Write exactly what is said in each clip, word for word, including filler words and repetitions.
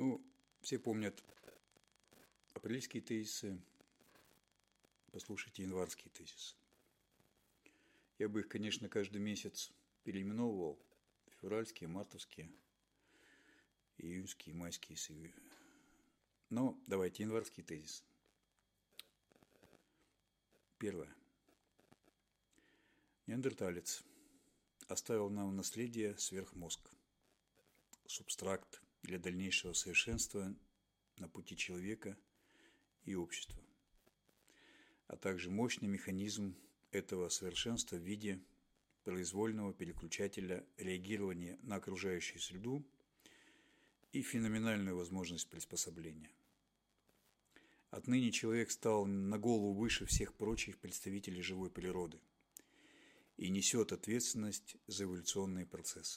Ну, все помнят апрельские тезисы, послушайте январские тезисы. Я бы их, конечно, каждый месяц переименовывал. Февральские, мартовские, июньские, майские. Но давайте январский тезис. Первое. Неандерталец оставил нам в наследие сверхмозг, субстракт для дальнейшего совершенства на пути человека и общества, а также мощный механизм этого совершенства в виде произвольного переключателя реагирования на окружающую среду и феноменальную возможность приспособления. Отныне человек стал на голову выше всех прочих представителей живой природы и несет ответственность за эволюционные процессы.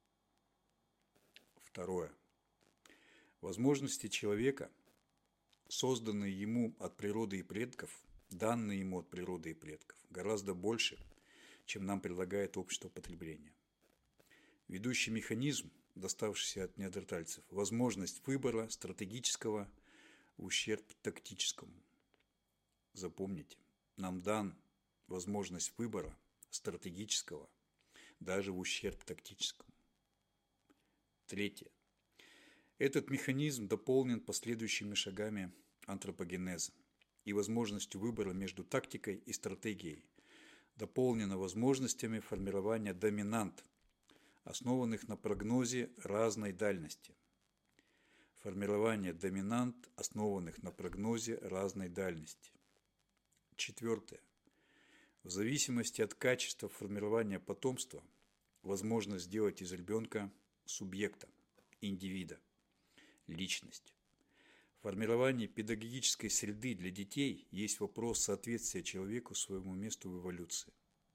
Второе. Возможности человека, созданные ему от природы и предков, данные ему от природы и предков, гораздо больше, чем нам предлагает общество потребления. Ведущий механизм, доставшийся от неандертальцев, возможность выбора стратегического в ущерб тактическому. Запомните, нам дан возможность выбора стратегического даже в ущерб тактическому. Третье. Этот механизм дополнен последующими шагами антропогенеза и возможностью выбора между тактикой и стратегией, дополнена возможностями формирования доминант, основанных на прогнозе разной дальности. Формирование доминант, основанных на прогнозе разной дальности. Четвертое. В зависимости от качества формирования потомства, возможно сделать из ребенка субъекта, индивида, личность. Формирование педагогической среды для детей есть вопрос соответствия человеку своему месту в эволюции.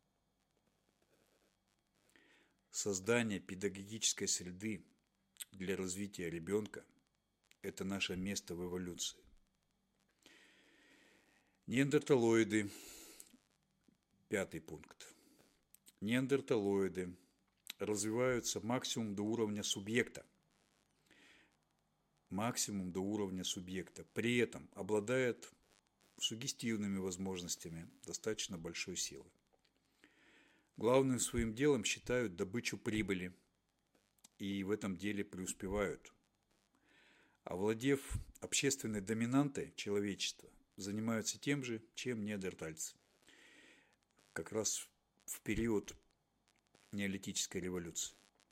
Создание педагогической среды для развития ребенка – это наше место в эволюции. Неандерталоиды. Пятый пункт. Неандерталоиды развиваются максимум до уровня субъекта. Максимум до уровня субъекта. При этом обладают суггестивными возможностями достаточно большой силы. Главным своим делом считают добычу прибыли и в этом деле преуспевают. Овладев общественной доминантой человечества, занимаются тем же, чем неандертальцы. Как раз в период неолитической революции.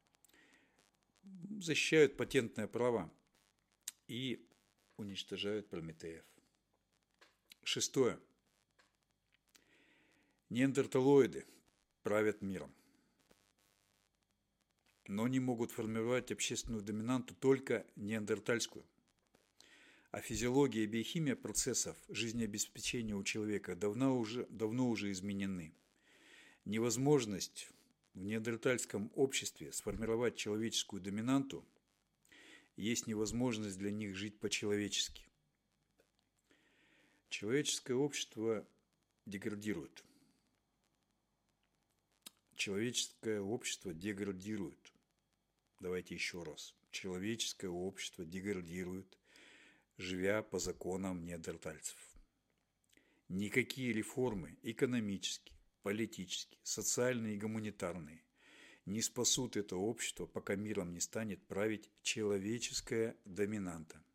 Защищают патентные права и уничтожают прометеев. Шестое. Неандерталоиды правят миром, но не могут формировать общественную доминанту только неандертальскую. А физиология и биохимия процессов жизнеобеспечения у человека давно уже, давно уже изменены. Невозможность в неандертальском обществе сформировать человеческую доминанту есть невозможность для них жить по-человечески. Человеческое общество деградирует. Человеческое общество деградирует. Давайте еще раз. Человеческое общество деградирует, живя по законам неандертальцев. Никакие реформы экономические, политические, социальные и гуманитарные не спасут это общество, пока миром не станет править человеческая доминанта.